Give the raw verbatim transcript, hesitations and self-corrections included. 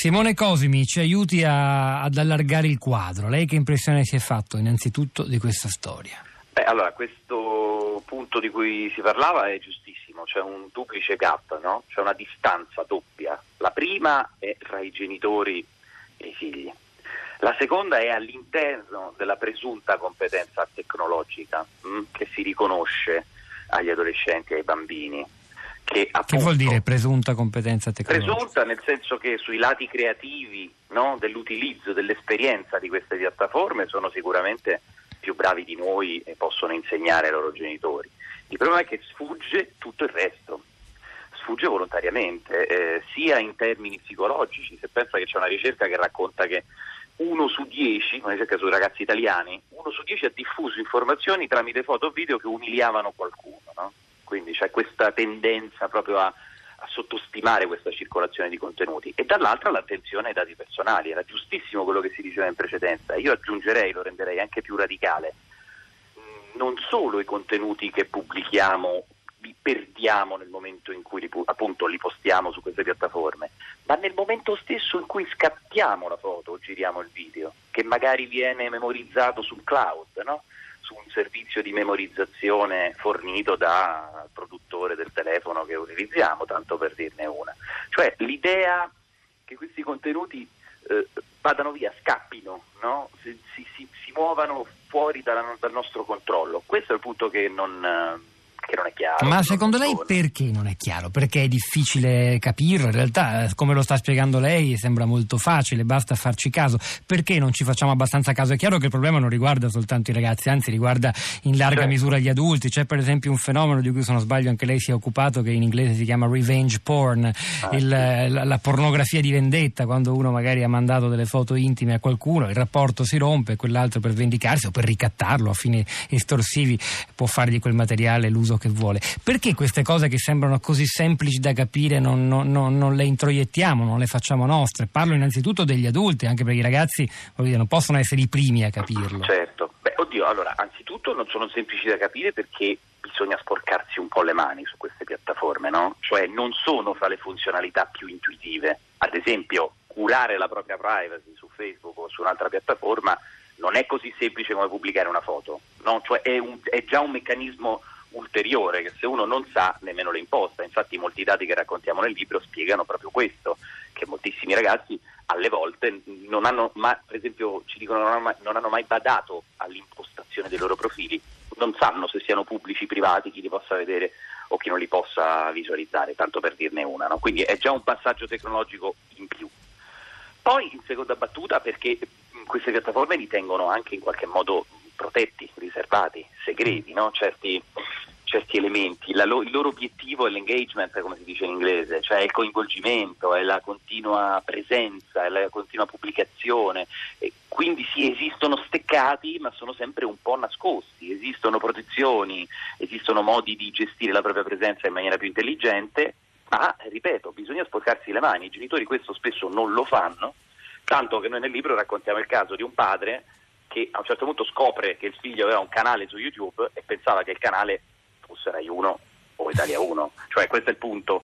Simone Cosimi, ci aiuti a, ad allargare il quadro. Lei che impressione si è fatto innanzitutto di questa storia? Beh, allora, questo punto di cui si parlava è giustissimo, c'è un duplice gap, no? C'è una distanza doppia. La prima è fra i genitori e i figli. La seconda è all'interno della presunta competenza tecnologica mh, che si riconosce agli adolescenti e ai bambini. Che, appunto, che vuol dire presunta competenza tecnologica? Presunta nel senso che sui lati creativi, no, dell'utilizzo, dell'esperienza di queste piattaforme sono sicuramente più bravi di noi e possono insegnare ai loro genitori. Il problema è che sfugge tutto il resto, sfugge volontariamente, eh, sia in termini psicologici. Se pensa che c'è una ricerca che racconta che uno su dieci, una ricerca sui ragazzi italiani, uno su dieci ha diffuso informazioni tramite foto o video che umiliavano qualcuno, no? Quindi c'è questa tendenza proprio a, a sottostimare questa circolazione di contenuti, e dall'altra l'attenzione ai dati personali. Era giustissimo quello che si diceva in precedenza. Io aggiungerei, lo renderei anche più radicale, non solo i contenuti che pubblichiamo li perdiamo nel momento in cui li, appunto li postiamo su queste piattaforme, ma nel momento stesso in cui scattiamo la foto o giriamo il video, che magari viene memorizzato sul cloud, no? Su un servizio di memorizzazione fornito dal produttore del telefono che utilizziamo, tanto per dirne una. Cioè l'idea che questi contenuti eh, vadano via, scappino, no? si, si, si, si muovano fuori dalla, dal nostro controllo. Questo è il punto che non... Eh, che non è chiaro. Ma secondo lei perché non è chiaro? Perché è difficile capirlo? In realtà, come lo sta spiegando lei, sembra molto facile, basta farci caso. Perché non ci facciamo abbastanza caso? È chiaro che il problema non riguarda soltanto i ragazzi, anzi riguarda in larga C'è. misura gli adulti. C'è per esempio un fenomeno di cui, se non sbaglio, anche lei si è occupato, che in inglese si chiama revenge porn, ah, il, sì. la, la pornografia di vendetta, quando uno magari ha mandato delle foto intime a qualcuno, il rapporto si rompe e quell'altro, per vendicarsi o per ricattarlo a fini estorsivi, può fare di quel materiale l'uso che vuole. Perché queste cose che sembrano così semplici da capire non, non, non, non le introiettiamo, non le facciamo nostre? Parlo innanzitutto degli adulti, anche perché i ragazzi, voglio dire, non possono essere i primi a capirlo. Certo. Beh, oddio, allora, anzitutto non sono semplici da capire perché bisogna sporcarsi un po' le mani su queste piattaforme, no? Cioè non sono fra le funzionalità più intuitive. Ad esempio, curare la propria privacy su Facebook o su un'altra piattaforma non è così semplice come pubblicare una foto, no? Cioè è, un, è già un meccanismo ulteriore che se uno non sa nemmeno le imposta. Infatti molti dati che raccontiamo nel libro spiegano proprio questo, che moltissimi ragazzi alle volte non hanno mai, per esempio ci dicono non hanno mai, non hanno mai badato all'impostazione dei loro profili, non sanno se siano pubblici, privati, chi li possa vedere o chi non li possa visualizzare, tanto per dirne una, no? Quindi è già un passaggio tecnologico in più. Poi in seconda battuta perché queste piattaforme li tengono anche in qualche modo protetti, riservati, segreti, no? Certi, certi elementi. La lo, il loro obiettivo è l'engagement, come si dice in inglese, cioè il coinvolgimento, è la continua presenza, è la continua pubblicazione. E quindi sì, esistono steccati, ma sono sempre un po' nascosti, esistono protezioni, esistono modi di gestire la propria presenza in maniera più intelligente, ma, ripeto, bisogna sporcarsi le mani. I genitori questo spesso non lo fanno, tanto che noi nel libro raccontiamo il caso di un padre che a un certo punto scopre che il figlio aveva un canale su YouTube e pensava che il canale fosse Rai uno o Italia uno. Cioè questo è il punto.